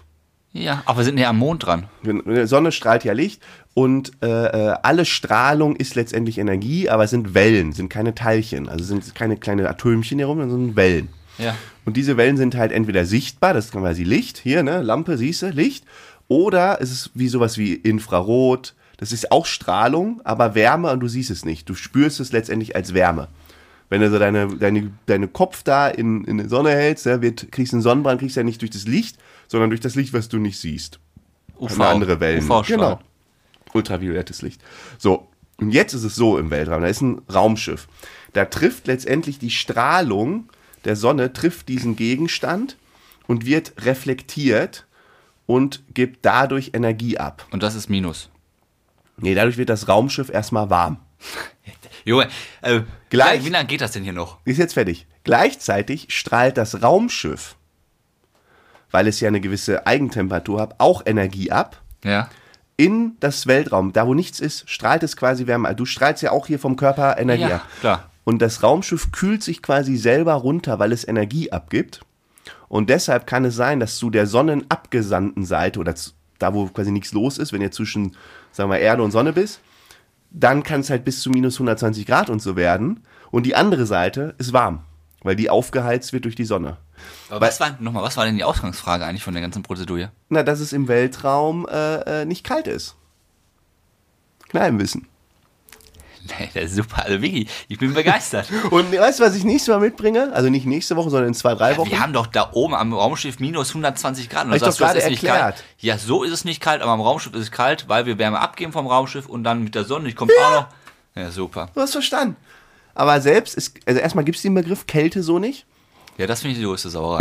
Ja, aber wir sind näher am Mond dran. Die Sonne strahlt ja Licht und äh, alle Strahlung ist letztendlich Energie, aber es sind Wellen, sind keine Teilchen, also sind keine kleinen Atömchen herum, sondern sind Wellen. Ja. Und diese Wellen sind halt entweder sichtbar, das ist quasi Licht, hier, ne, Lampe, siehst du, Licht, oder es ist wie sowas wie Infrarot, das ist auch Strahlung, aber Wärme und du siehst es nicht, du spürst es letztendlich als Wärme. Wenn du so deine, deine, deine Kopf da in, in die Sonne hältst, ja, wird, kriegst du einen Sonnenbrand, kriegst du ja nicht durch das Licht, sondern durch das Licht, was du nicht siehst. U V. Eine andere Wellen. U V-Strahl. Genau. Ultraviolettes Licht. So, und jetzt ist es so im Weltraum, da ist ein Raumschiff. Da trifft letztendlich die Strahlung der Sonne, trifft diesen Gegenstand und wird reflektiert und gibt dadurch Energie ab. Und das ist Minus. Nee, dadurch wird das Raumschiff erstmal warm. Junge, äh, Gleich- wie lange geht das denn hier noch? Ist jetzt fertig. Gleichzeitig strahlt das Raumschiff, weil es ja eine gewisse Eigentemperatur hat, auch Energie ab. Ja. In das Weltraum, da wo nichts ist, strahlt es quasi Wärme. Du strahlst ja auch hier vom Körper Energie Ja, ab. klar. Und das Raumschiff kühlt sich quasi selber runter, weil es Energie abgibt. Und deshalb kann es sein, dass zu der sonnenabgesandten Seite oder zu, da wo quasi nichts los ist, wenn ihr zwischen, sagen wir, Erde und Sonne bist, dann kann es halt bis zu minus hundertzwanzig Grad und so werden. Und die andere Seite ist warm, weil die aufgeheizt wird durch die Sonne. Aber was war, nochmal, was war denn die Ausgangsfrage eigentlich von der ganzen Prozedur hier? Na, dass es im Weltraum äh, äh, nicht kalt ist. Kneipenwissen. Nee, das ist super. Also wirklich, ich bin begeistert. Und weißt du, was ich nächstes Mal mitbringe? Also nicht nächste Woche, sondern in zwei, drei Wochen. Wir haben doch da oben am Raumschiff minus hundertzwanzig Grad. Und Hab ich du sagst, doch das gerade ist nicht erklärt. kalt. Ja, so ist es nicht kalt, aber am Raumschiff ist es kalt, weil wir Wärme abgeben vom Raumschiff und dann mit der Sonne, ich komme auch noch. Ja, super. Du hast verstanden. Aber selbst ist, also erstmal gibt es den Begriff Kälte so nicht. Ja, das finde ich die größte Sauerei.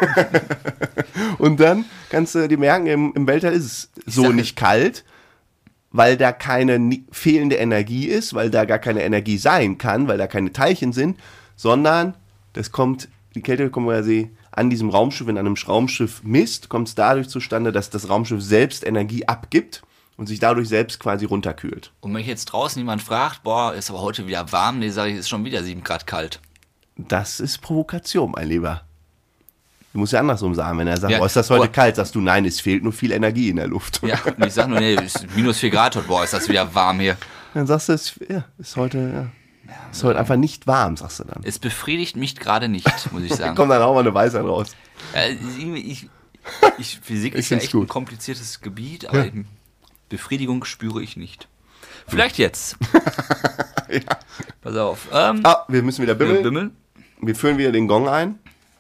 Und dann kannst du dir merken, im, im Weltall ist es so sag- nicht kalt, weil da keine ni- fehlende Energie ist, weil da gar keine Energie sein kann, weil da keine Teilchen sind, sondern das kommt, die Kälte kommt quasi an diesem Raumschiff, wenn an einem Raumschiff misst, kommt es dadurch zustande, dass das Raumschiff selbst Energie abgibt und sich dadurch selbst quasi runterkühlt. Und wenn ich jetzt draußen jemand fragt, boah, ist aber heute wieder warm, nee, sage ich, ist schon wieder sieben Grad kalt. Das ist Provokation, mein Lieber. Du musst ja andersrum sagen, wenn er sagt, Ja, oh, ist das heute oh. kalt, sagst du, nein, es fehlt nur viel Energie in der Luft. Ja, und ich sage nur, nee, ist minus vier Grad heute, boah, ist das wieder warm hier. Dann sagst du, es ja, ist heute, ja, ist heute einfach nicht warm, sagst du dann. Es befriedigt mich gerade nicht, muss ich Da sagen. kommt dann auch mal eine Weisheit raus. Äh, ich, ich, Physik Ich ist ja find's echt ein gut. kompliziertes Gebiet, aber eben Befriedigung spüre ich nicht. Vielleicht jetzt. Ja. Pass auf. Ähm, Ah, wir müssen wieder bimmeln. Bimmeln. Wir führen wieder den Gong ein.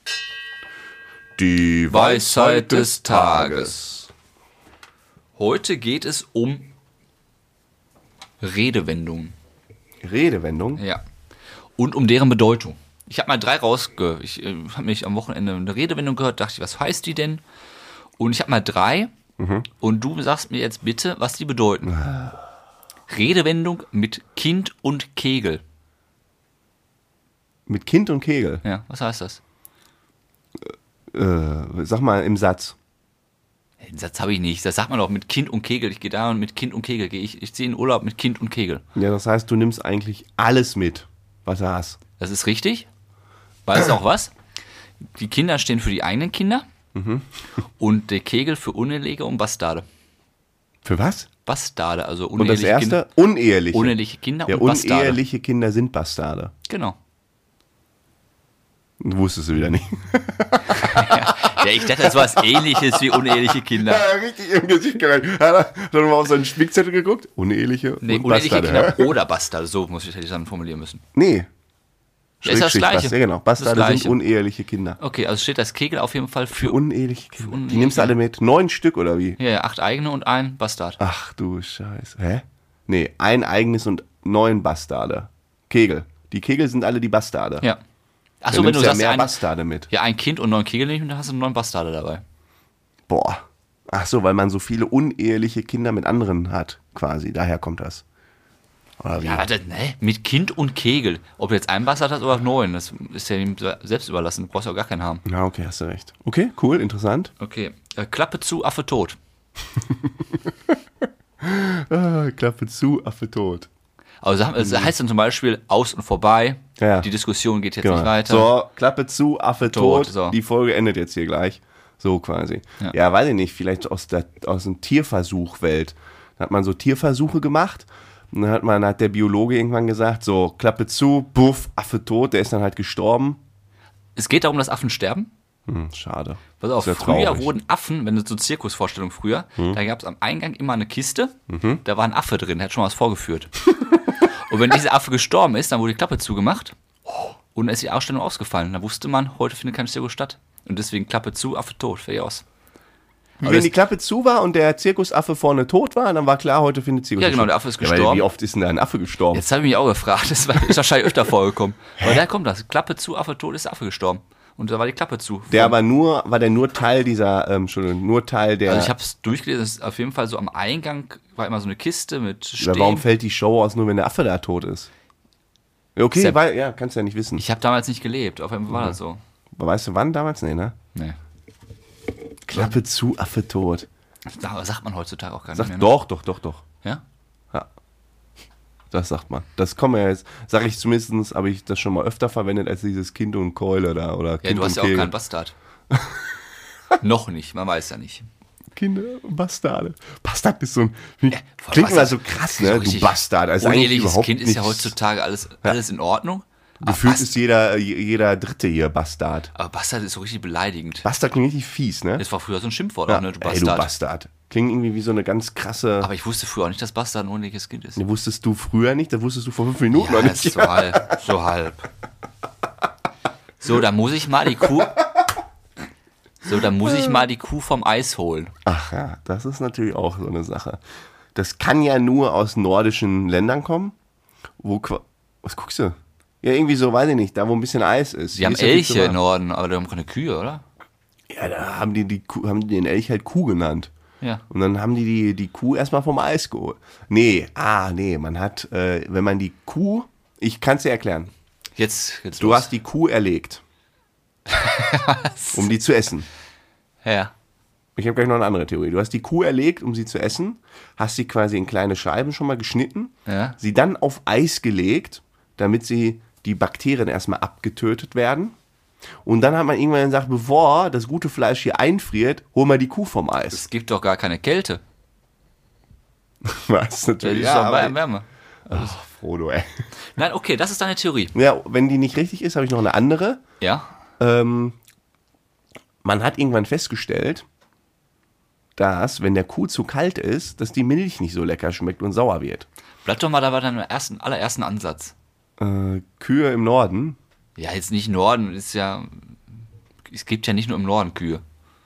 Die Weisheit des Tages. Heute geht es um Redewendungen. Redewendung. Ja. Und um deren Bedeutung. Ich habe mal drei rausge... Ich äh, habe mich am Wochenende eine Redewendung gehört, dachte ich, was heißt die denn? Und ich habe mal drei. Und du sagst mir jetzt bitte, was die bedeuten. Redewendung mit Kind und Kegel. Mit Kind und Kegel. Ja, was heißt das? Äh, sag mal im Satz. Den Satz habe ich nicht. Das sagt man doch mit Kind und Kegel. Ich gehe da und mit Kind und Kegel gehe ich. Ich ziehe in Urlaub mit Kind und Kegel. Ja, das heißt, du nimmst eigentlich alles mit, was du hast. Das ist richtig. Weißt du auch was? Die Kinder stehen für die eigenen Kinder. Und der Kegel für Uneheliche und Bastarde. Für was? Bastarde, also Und das uneheliche erste? Kinder. Uneheliche. Uneheliche Kinder Ja, und Bastarde. uneheliche Kinder sind Bastarde. Genau. Wusstest du wieder nicht. Ja, ich dachte, das war was Ähnliches wie uneheliche Kinder. Ja, richtig im Gesicht gereicht. Hat er hat er mal auf seinen Spickzettel geguckt? Uneheliche Nee, und uneheliche Bastarde. Kinder hä? oder Bastarde, so muss ich hätte ich dann formulieren müssen. Nee. Ja, ist das Schrägstrich Gleiche. Bast- Ja, genau. Das ist Bastarde das sind Gleiche. uneheliche Kinder. Okay, also steht das Kegel auf jeden Fall für, Uneheliche Kinder. uneheliche Die nimmst du alle mit. Neun Stück oder wie? ja, ja, acht eigene und ein Bastard. Ach du Scheiße. Hä? Nee, ein eigenes und neun Bastarde. Kegel. Die Kegel sind alle die Bastarde. Ja. Dann Achso, wenn nimmst du du ja sagst, mehr ein, Bastarde mit. ja, ein Kind und neun Kegel nicht, dann hast du neun Bastarde dabei. Boah. Ach so, weil man so viele uneheliche Kinder mit anderen hat, quasi. Daher kommt das. Oder wie? Ja, warte, ne? Mit Kind und Kegel. Ob du jetzt einen Bastard hast oder neun, das ist ja ihm selbst überlassen. Du brauchst ja auch gar keinen haben. Ja, okay, hast du recht. Okay, cool, interessant. Okay. Äh, Klappe zu, Affe tot. Ah, Klappe zu, Affe tot. Also das heißt dann zum Beispiel aus und vorbei. Ja, ja. Die Diskussion geht jetzt Genau. nicht weiter. So, Klappe zu, Affe tot. Tot, so. Die Folge endet jetzt hier gleich. So quasi. Ja, Ja. weiß ich nicht, vielleicht aus der aus der Tierversuchwelt. Da hat man so Tierversuche gemacht und dann hat man, hat der Biologe irgendwann gesagt, so, Klappe zu, buff, Affe tot, der ist dann halt gestorben. Es geht darum, dass Affen sterben. Hm, schade. Pass auf, Ist ja früher traurig. wurden Affen, wenn du so Zirkusvorstellung früher, da gab es am Eingang immer eine Kiste, da war ein Affe drin, der hat schon was vorgeführt. Und wenn dieser Affe gestorben ist, dann wurde die Klappe zugemacht und dann ist die Ausstellung ausgefallen. Da wusste man, heute findet kein Zirkus statt. Und deswegen Klappe zu, Affe tot, fertig aus. Wie Aber wenn das- die Klappe zu war und der Zirkusaffe vorne tot war, dann war klar, heute findet Zirkus Ja, genau, statt. der Affe ist Ja, weil gestorben. wie oft ist denn da ein Affe gestorben? Jetzt habe ich mich auch gefragt, das war, ist wahrscheinlich öfter vorgekommen. Aber da kommt das, Klappe zu, Affe tot, ist der Affe gestorben. Und da war die Klappe zu. Der aber nur, war der nur Teil dieser, ähm, Entschuldigung, nur Teil der, Also ich habe es durchgelesen, es ist auf jeden Fall so am Eingang war immer so eine Kiste mit ja, Stehen. warum fällt die Show aus, nur wenn der Affe da tot ist? Ja, okay, Sepp. weil, ja, kannst ja nicht wissen. Ich habe damals nicht gelebt, auf jeden Fall war das so. Weißt du wann damals? Nee, ne? Nee. Klappe zu, Affe tot. Das sagt man heutzutage auch gar Sag, nicht mehr. Ne? doch, doch, doch, doch. Ja? Das sagt man. Das kommen ja jetzt, sage ich zumindest, habe ich das schon mal öfter verwendet als dieses Kind und Keule da oder Ja, Kind du hast und ja auch Kegel. keinen Bastard. Noch nicht, man weiß ja nicht. Kinder und Bastarde. Bastard ist so ein, wie, Ja, voll klingt immer Bastard. so krass, So ne? richtig Du Bastard. Also eigentlich Uneheliches überhaupt Kind ist ja nichts. heutzutage alles, alles in Ordnung. Aber, Gefühlt Bast ist jeder, jeder Dritte hier Bastard. aber Bastard ist so richtig beleidigend. Bastard klingt richtig fies, ne? Das war früher so ein Schimpfwort, Ja, auch, ne? Du ey, Bastard. du Bastard. Klingt irgendwie wie so eine ganz krasse. Aber ich wusste früher auch nicht, dass Bastard ein uneheliches Kind ist. Ne, wusstest du früher nicht? Das wusstest du vor fünf Minuten Ja, noch das nicht. ist so halb, so halb. So, da muss ich mal die Kuh. So, da muss ich mal die Kuh vom Eis holen. Ach ja, das ist natürlich auch so eine Sache. Das kann ja nur aus nordischen Ländern kommen. Wo, qua- was guckst du? Ja, irgendwie so, weiß ich nicht, da wo ein bisschen Eis ist. Die Hier haben ist ja viel zu Elche im warm. Norden, aber die haben keine Kühe, oder? Ja, da haben die, die Kuh, haben die den Elch halt Kuh genannt. Ja. Und dann haben die die, die Kuh erstmal vom Eis geholt. Nee, ah, nee, man hat, äh, wenn man die Kuh, ich kann es dir erklären. Jetzt, jetzt Du los. hast die Kuh erlegt. Um die zu essen. Ja. Ich habe gleich noch eine andere Theorie. Du hast die Kuh erlegt, um sie zu essen, hast sie quasi in kleine Scheiben schon mal geschnitten, Ja. sie dann auf Eis gelegt, damit sie die Bakterien erstmal abgetötet werden. Und dann hat man irgendwann gesagt, bevor das gute Fleisch hier einfriert, hol mal die Kuh vom Eis. Es gibt doch gar keine Kälte. Was Das natürlich. ist Ja, doch aber, Wärme. ach, Frodo, ey. Nein, okay, das ist deine Theorie. Ja, wenn die nicht richtig ist, habe ich noch eine andere. Ja. Ähm, man hat irgendwann festgestellt, dass, wenn der Kuh zu kalt ist, dass die Milch nicht so lecker schmeckt und sauer wird. Bleib doch mal da bei deinem ersten, allerersten Ansatz. Äh, Kühe im Norden. Ja, jetzt nicht Norden, ist ja. Es gibt ja nicht nur im Norden Kühe.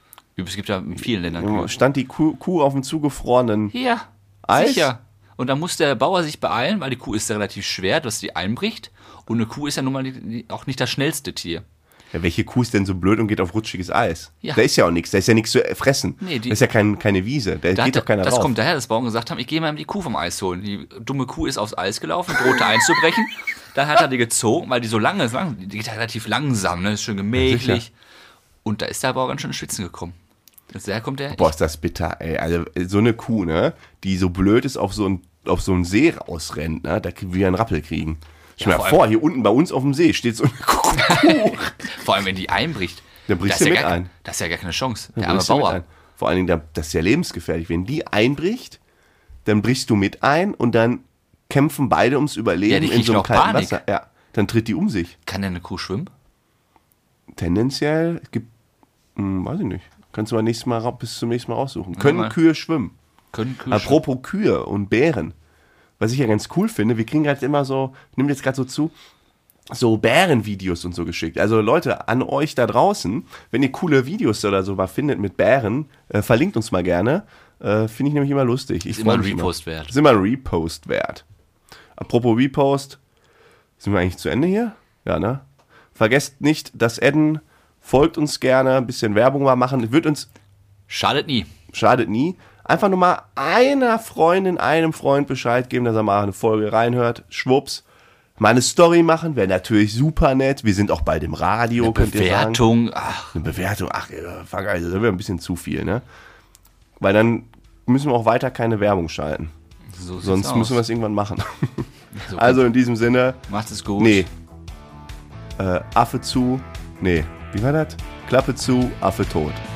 Es gibt ja in vielen Ländern Kühe. Stand die Kuh, Kuh auf dem zugefrorenen. Ja, Eis? sicher. Und da muss der Bauer sich beeilen, weil die Kuh ist ja relativ schwer, dass sie einbricht. Und eine Kuh ist ja nun mal die- auch nicht das schnellste Tier. Ja, welche Kuh ist denn so blöd und geht auf rutschiges Eis? Ja. Da ist ja auch nichts, da ist ja nichts zu fressen. Nee, die- das ist ja kein, keine Wiese, da Da geht hat, doch keiner das drauf. kommt daher, dass Bauern gesagt haben, ich gehe mal die Kuh vom Eis holen. Die dumme Kuh ist aufs Eis gelaufen, drohte einzubrechen. Dann hat er die gezogen, weil die so lange ist, lang- die geht ja relativ langsam, ne? Ist schön Ja, gemächlich. sicher. Und da ist der Bauer ganz schön ins Schwitzen gekommen. Jetzt daher kommt der. Boah, ist das bitter, ey. Also, so eine Kuh, ne, die so blöd ist, auf so ein, auf so einen See rausrennt, ne, da kriegen wir einen Rappel kriegen. Stell Ja, mir vor vor, hier unten bei uns auf dem See steht so eine Kuh. Vor allem, wenn die einbricht. Dann brichst das du ist ja mit gar, ein. Das ist ja gar keine Chance. Dann Der arme brichst du mit Bauer. ein. Vor allen Dingen, da- das ist ja lebensgefährlich. Wenn die einbricht, dann brichst du mit ein und dann kämpfen beide ums Überleben Ja, die in kriegt so einem noch kalten Panik. Wasser. Ja, dann tritt die um sich. Kann denn eine Kuh schwimmen? Tendenziell, es gibt, hm, weiß ich nicht, kannst du mal nächstes mal ra- bis zum nächsten Mal raussuchen. Können mal. Kühe schwimmen? Können Kühe schwimmen? Apropos Kühe und Bären. Was ich ja ganz cool finde, wir kriegen halt immer so, nimmt jetzt gerade so zu, so Bärenvideos und so geschickt. Also Leute, an euch da draußen, wenn ihr coole Videos oder so mal findet mit Bären, äh, verlinkt uns mal gerne. Äh, Finde ich nämlich immer lustig. Ich Ist immer freu ein mich Repost wert. Ist immer ein Repost wert. Apropos Repost, sind wir eigentlich zu Ende hier? Ja, ne? Vergesst nicht, das Adden, folgt uns gerne, ein bisschen Werbung mal machen. Wird uns Schadet nie. schadet nie. Einfach nur mal einer Freundin, einem Freund Bescheid geben, dass er mal eine Folge reinhört. Schwupps. Mal eine Story machen, wäre natürlich super nett. Wir sind auch bald im Radio, Eine könnt ihr sagen. Bewertung. Ach, Eine Bewertung. Ach, äh, fuck, also, das wäre ein bisschen zu viel, ne? Weil dann müssen wir auch weiter keine Werbung schalten. so sieht's Sonst aus. müssen wir es irgendwann machen. So, Also in diesem Sinne, macht es gut. nee. Äh, Affe zu. Nee, wie war das? Klappe zu, Affe tot.